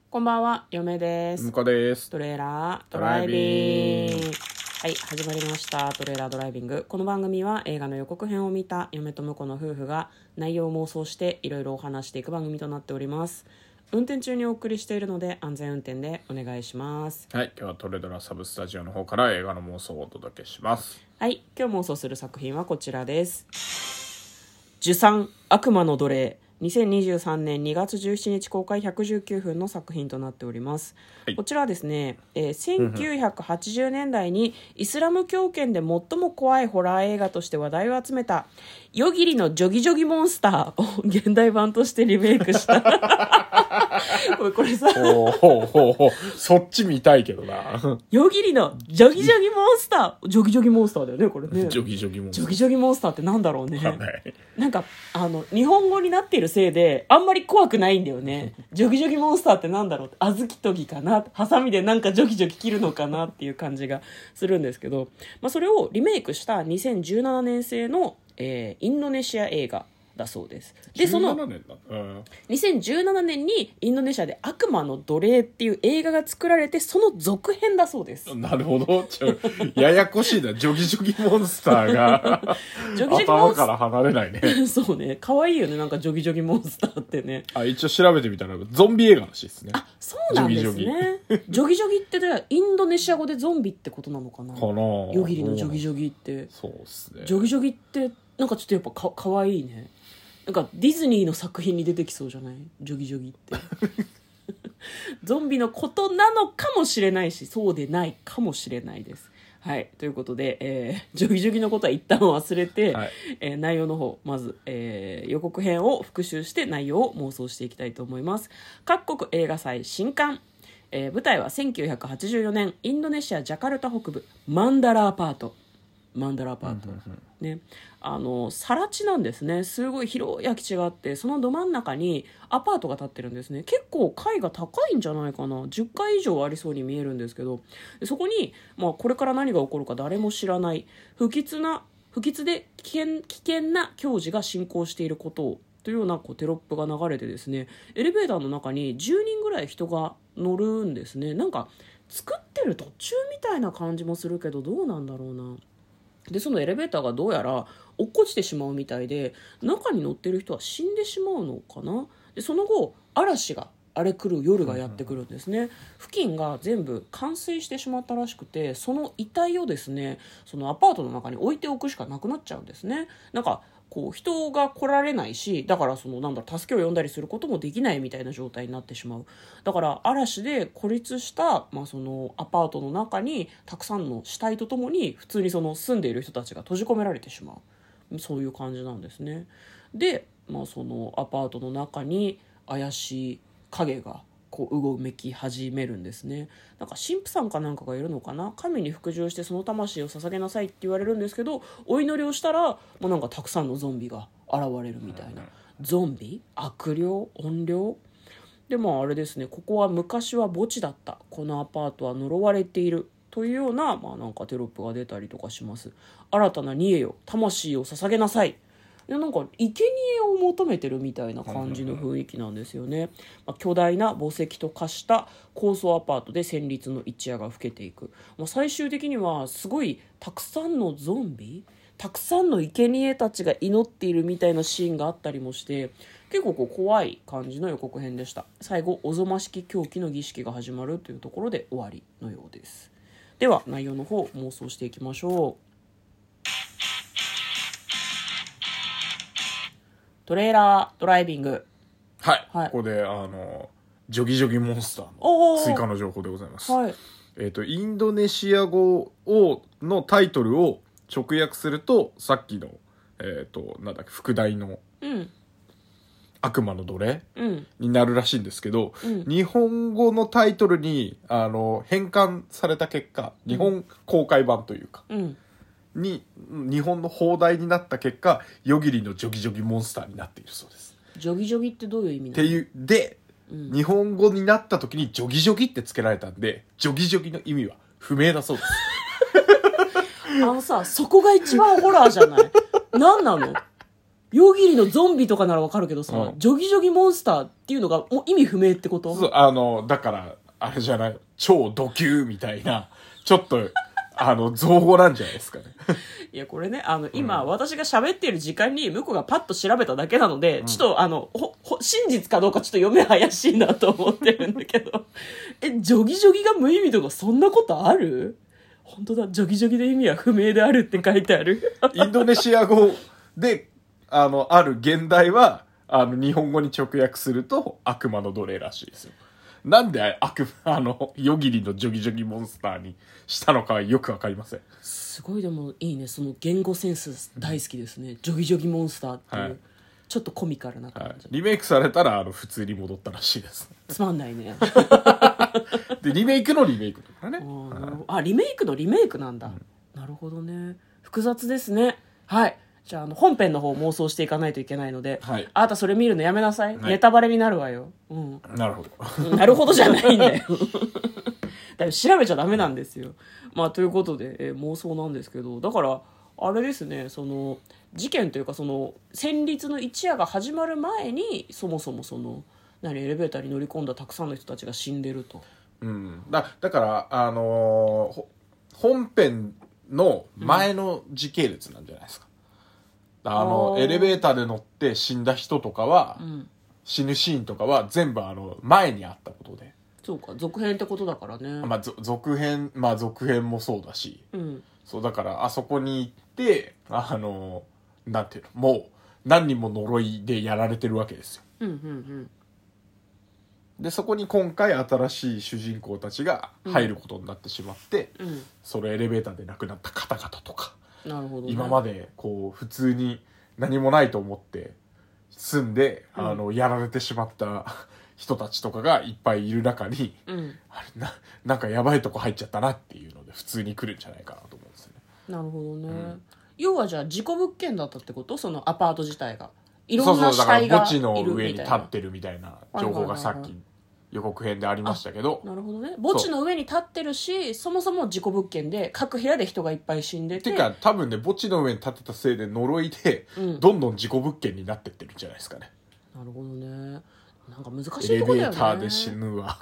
こんばんは、嫁です。 向こうです。 トレーラードライビング。はい、始まりました。トレーラードライビング。この番組は映画の予告編を見た嫁と婿の夫婦が内容を妄想していろいろお話していく番組となっております。運転中にお送りしているので安全運転でお願いします。 はい、今日はトレドラサブスタジオの方から映画の妄想をお届けします。 はい、今日妄想する作品はこちらです。呪詛悪魔の奴隷。2023年2月17日公開119分の作品となっております、 はい、 こちらはですね、1980年代にイスラム教圏で最も怖いホラー映画として話題を集めた夜霧のジョギジョギモンスターを現代版としてリメイクしたこれさそっち見たいけどな。 夜霧のジョギジョギモンスター、ジョギジョギモンスターだよねこれね。 ジョギジョギモンスター、 ジョギジョギモンスターってなんだろうね。なんか日本語になっているせいであんまり怖くないんだよね。ジョギジョギモンスターってなんだろうって、小豆研ぎかな、ハサミでなんかジョギジョギ切るのかなっていう感じがするんですけど、それをリメイクした2017年製の、インドネシア映画だそうです。でその2017年にインドネシアで悪魔の奴隷っていう映画が作られて、その続編だそうです。 なるほど。ややこしいな。ジョギジョギモンスターがジョギジョギモンスター頭から離れないね。 そうね、可愛いよね、なんかジョギジョギモンスターってね。 一応調べてみたらゾンビ映画らしいですね。 そうなんですね。ジョギジョギってインドネシア語でゾンビってことなのかな。夜霧のジョギジョギって。 そうですね。 ジョギジョギってなんかちょっとやっぱかわいいね。なんかディズニーの作品に出てきそうじゃない、ジョギジョギってゾンビのことなのかもしれないし、そうでないかもしれないです。はい、ということで、ジョギジョギのことは一旦忘れて、 はい、 内容の方まず、予告編を復習して内容を妄想していきたいと思います。各国映画祭新刊、舞台は1984年インドネシアジャカルタ北部マンダラーパートね、更地なんですね。すごい広い空き地があって、そのど真ん中にアパートが建ってるんですね。結構階が高いんじゃないかな、10階以上ありそうに見えるんですけど、そこに、これから何が起こるか誰も知らない不吉で危険な教授が進行していることをというようなテロップが流れてですね、エレベーターの中に10人ぐらい人が乗るんですね。なんか作ってる途中みたいな感じもするけど、どうなんだろうな。でそのエレベーターがどうやら落っこちてしまうみたいで、中に乗ってる人は死んでしまうのかな。でその後嵐が荒れ狂う夜がやってくるんですね。付近が全部冠水してしまったらしくて、その遺体をですね、そのアパートの中に置いておくしかなくなっちゃうんですね。なんか人が来られないし、だから助けを呼んだりすることもできないみたいな状態になってしまう。だから嵐で孤立した、そのアパートの中にたくさんの死体とともに普通にその住んでいる人たちが閉じ込められてしまう、そういう感じなんですね。で、そのアパートの中に怪しい影がうごめき始めるんですね。なんか神父さんかなんかがいるのかな、神に服従してその魂を捧げなさいって言われるんですけど、お祈りをしたらなんかたくさんのゾンビが現れるみたいな。ゾンビ、悪霊、怨霊で、あれですね、ここは昔は墓地だった、このアパートは呪われているというような、なんかテロップが出たりとかします。新たな煮えよ、魂を捧げなさい。なんか生贄を求めてるみたいな感じの雰囲気なんですよね。巨大な墓石と化した高層アパートで旋律の一夜が更けていく。最終的にはすごいたくさんのゾンビ、たくさんの生贄たちが祈っているみたいなシーンがあったりもして、結構怖い感じの予告編でした。最後おぞましき狂気の儀式が始まるというところで終わりのようです。では内容の方妄想していきましょう。トレーラードライビング。 はい、ここでジョギジョギモンスターの追加の情報でございます。はい、インドネシア語のタイトルを直訳すると、さっきの副題の、悪魔の奴隷、になるらしいんですけど、日本語のタイトルに変換された結果、日本公開版というか、に日本の放題になった結果、夜霧のジョギジョギモンスターになっているそうです。 ジョギジョギってどういう意味なの？ っていうで、日本語になった時にジョギジョギってつけられたんで、ジョギジョギの意味は不明だそうです。 そこが一番ホラーじゃない？何なの？ 夜霧のゾンビとかならわかるけどさ、 うん、 ジョギジョギモンスターっていうのがもう意味不明ってこと？ そう、だから、あれじゃない、超ド級みたいな、ちょっと、造語なんじゃないですかね。 いや、これね、今、私が喋っている時間に、向こうがパッと調べただけなので、ちょっと、真実かどうかちょっと読め怪しいなと思ってるんだけど。ジョギジョギが無意味とか、そんなことある？本当だ、ジョギジョギで意味は不明であるって書いてある。 インドネシア語で、ある現代は、日本語に直訳すると、悪魔の奴隷らしいですよ。なんで夜霧のジョギジョギモンスターにしたのかはよくわかりません。 すごい、でもいいね、その言語センス大好きですね。ジョギジョギモンスターっていう、はい、ちょっとコミカルな感じ、はい、 リメイクされたら普通に戻ったらしいです。 つまんないね。 でリメイクのリメイクだからね。 リメイクのリメイクなんだ、なるほどね。複雑ですね。はい、じゃあ本編の方妄想していかないといけないので、はい、あなたそれ見るのやめなさい、はい、ネタバレになるわよ、 なるほど。 なるほどじゃないんだよ。だから調べちゃダメなんですよ。まあということで、妄想なんですけど、だからあれですね、その事件というかその戦慄の一夜が始まる前にそもそもそのエレベーターに乗り込んだたくさんの人たちが死んでると。 だから本編の前の時系列なんじゃないですか。エレベーターで乗って死んだ人とかは、死ぬシーンとかは全部前にあったことで。 そうか、続編ってことだからね。 続編もそうだし、そうだからあそこに行ってなんていうの、もう何人も呪いでやられてるわけですよ。でそこに今回新しい主人公たちが入ることになってしまって、そのエレベーターで亡くなった方々とか、 なるほどね、 今までこう普通に何もないと思って住んで、やられてしまった人たちとかがいっぱいいる中に、あれなんかやばいとこ入っちゃったなっていうので普通に来るんじゃないかなと思うんですよね。 なるほどね、要はじゃあ事故物件だったってこと？そのアパート自体がいろんな死体がいるみたいな。そうそう、だから墓地の上に立ってるみたいな情報がさっき予告編でありましたけど。 なるほどね。墓地の上に立ってるし、そもそも事故物件で各部屋で人がいっぱい死んでて。 てか多分ね、墓地の上に立ってたせいで呪いで、どんどん事故物件になってってるんじゃないですかね。 なるほどね。なんか難しいとこだよね。 エレベーターで死ぬわ、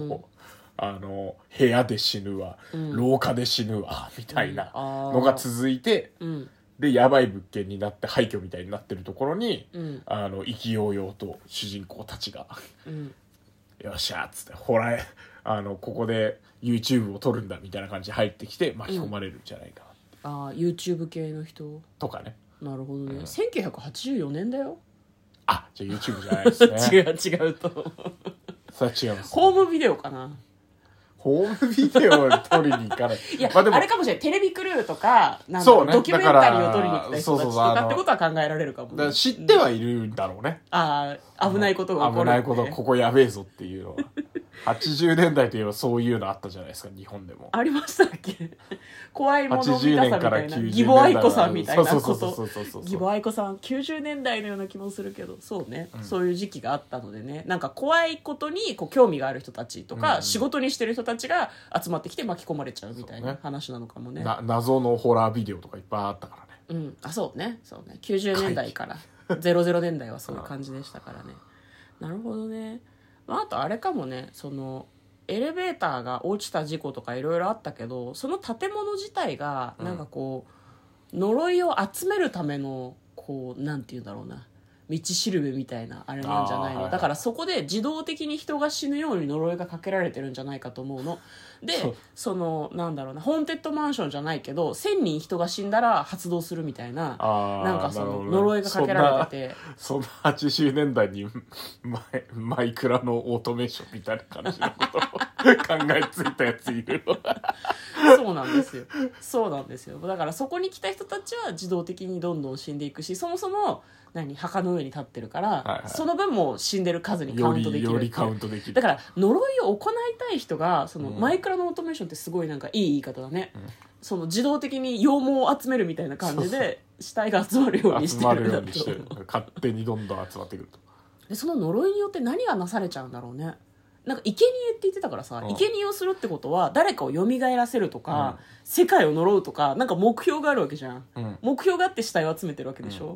部屋で死ぬわ、廊下で死ぬわみたいなのが続いて、でやばい物件になって廃墟みたいになってるところに、意気揚々と主人公たちが、よっしゃーっつってここで YouTube を撮るんだみたいな感じで入ってきて巻き込まれるんじゃないかな、 YouTube 系の人とかね。 なるほどね、1984年だよ。 じゃあ YouTube じゃないですね。 違うと思う。 それは違います、ね、 ホームビデオかな。 ホームビデオを撮りに行かない。 いや、でもあれかもしれない。テレビクルーとか、ドキュメンタリーを撮りに来た人たちとかってことは考えられるかも、ね。 だから知ってはいるんだろうね。 危ないことが起こる、 危ないこと、ここやべえぞっていうのは。80年代といえばそういうのあったじゃないですか、日本でも。 ありましたっけ？怖いもの見たさみたいな。義母愛子さんみたいなこと。義母愛子さん、90年代のような気もするけど、そうね、そういう時期があったのでね、なんか怖いことに興味がある人たちとか、仕事にしてる人たちが集まってきて巻き込まれちゃうみたいな話なのかもね。 謎のホラービデオとかいっぱいあったからね。 そうね。90年代から00年代はそういう感じでしたからね。なるほどね。あとあれかもね、エレベーターが落ちた事故とかいろいろあったけど、その建物自体がなんか呪いを集めるためのなんていうんだろうな、道しるべみたいなあれなんじゃないの、だからそこで自動的に人が死ぬように呪いがかけられてるんじゃないかと思うので、なんだろうな、ホーンテッドマンションじゃないけど1000人人が死んだら発動するみたいな、なんか呪いがかけられてて、 そんな80年代にマイクラのオートメーションみたいな感じのことを考えついたやついるの。 そうなんですよ。だからそこに来た人たちは自動的にどんどん死んでいくし、そもそも墓の上に立ってるから、その分も死んでる数にカウントできる。 よりカウントできる。 だから呪いを行いたい人がマイクラのオートメーションってすごいなんかいい言い方だね、自動的に羊毛を集めるみたいな感じで死体が集まるようにしてるんだと。 勝手にどんどん集まってくると。 でその呪いによって何がなされちゃうんだろうね。なんか生贄って言ってたからさ、生贄をするってことは誰かを蘇らせるとか、世界を呪うとか、なんか目標があるわけじゃん、目標があって死体を集めてるわけでしょ、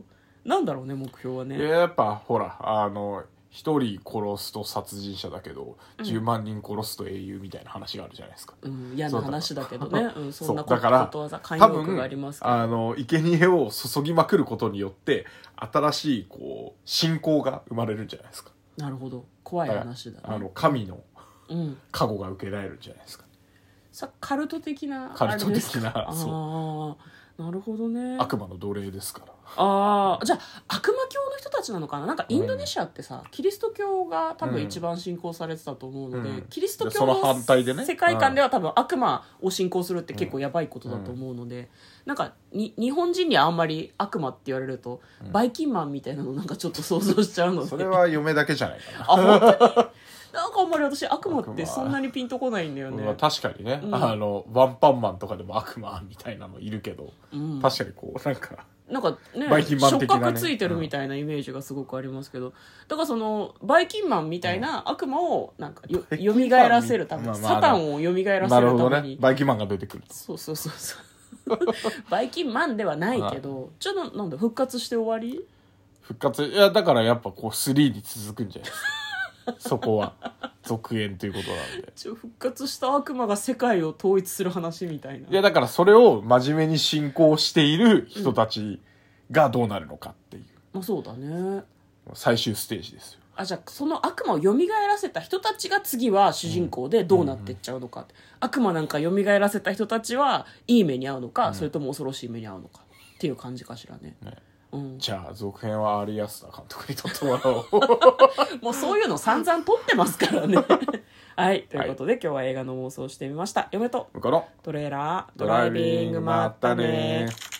なんだろうね、目標はね。 やっぱほら一人殺すと殺人者だけど、10万人殺すと英雄みたいな話があるじゃないですか。 嫌な話だけどね。そんなだからことわざ、慣用句がありますけど。 生贄を注ぎまくることによって新しいこう信仰が生まれるんじゃないですか。 なるほど、怖い話だね。 神の加護が受けられるんじゃないですか。 カルト的なカルト的な、 なるほどね。 悪魔の奴隷ですから。 じゃあ悪魔教の人たちなのかな。なんかインドネシアってさ、キリスト教が多分一番信仰されてたと思うので、キリスト教の世界観では多分悪魔を信仰するって結構やばいことだと思うので、なんか日本人にはあんまり悪魔って言われると、バイキンマンみたいなのなんかちょっと想像しちゃうのでそれは嫁だけじゃないかな。 本当になんかあんまり私悪魔ってそんなにピンとこないんだよね。 確かにね、ワンパンマンとかでも悪魔みたいなのいるけど、確かにこうなんかね、 バイキンマン的なね、 触覚ついてるみたいなイメージがすごくありますけど、だからそのバイキンマンみたいな悪魔をなんか蘇らせるために、サタンを蘇らせるために、 なるほどね、バイキンマンが出てくる。 そうバイキンマンではないけど、じゃあなんだ復活して終わり？ 復活、いやだからやっぱこう3に続くんじゃないですか。そこは続編ということなんで、 復活した悪魔が世界を統一する話みたいな。 いやだからそれを真面目に信仰している人たちがどうなるのかっていう、 そうだね、 最終ステージですよ。 じゃあその悪魔を蘇らせた人たちが次は主人公でどうなっていっちゃうのか、悪魔なんか蘇らせた人たちはいい目に遭うのか、それとも恐ろしい目に遭うのかっていう感じかしらね。 じゃあ続編はアリアスター監督に撮ってもらおう。 もうそういうの散々撮ってますからね。はい、ということで、今日は映画の妄想をしてみました。嫁とこのトレーラードドライビングまったね。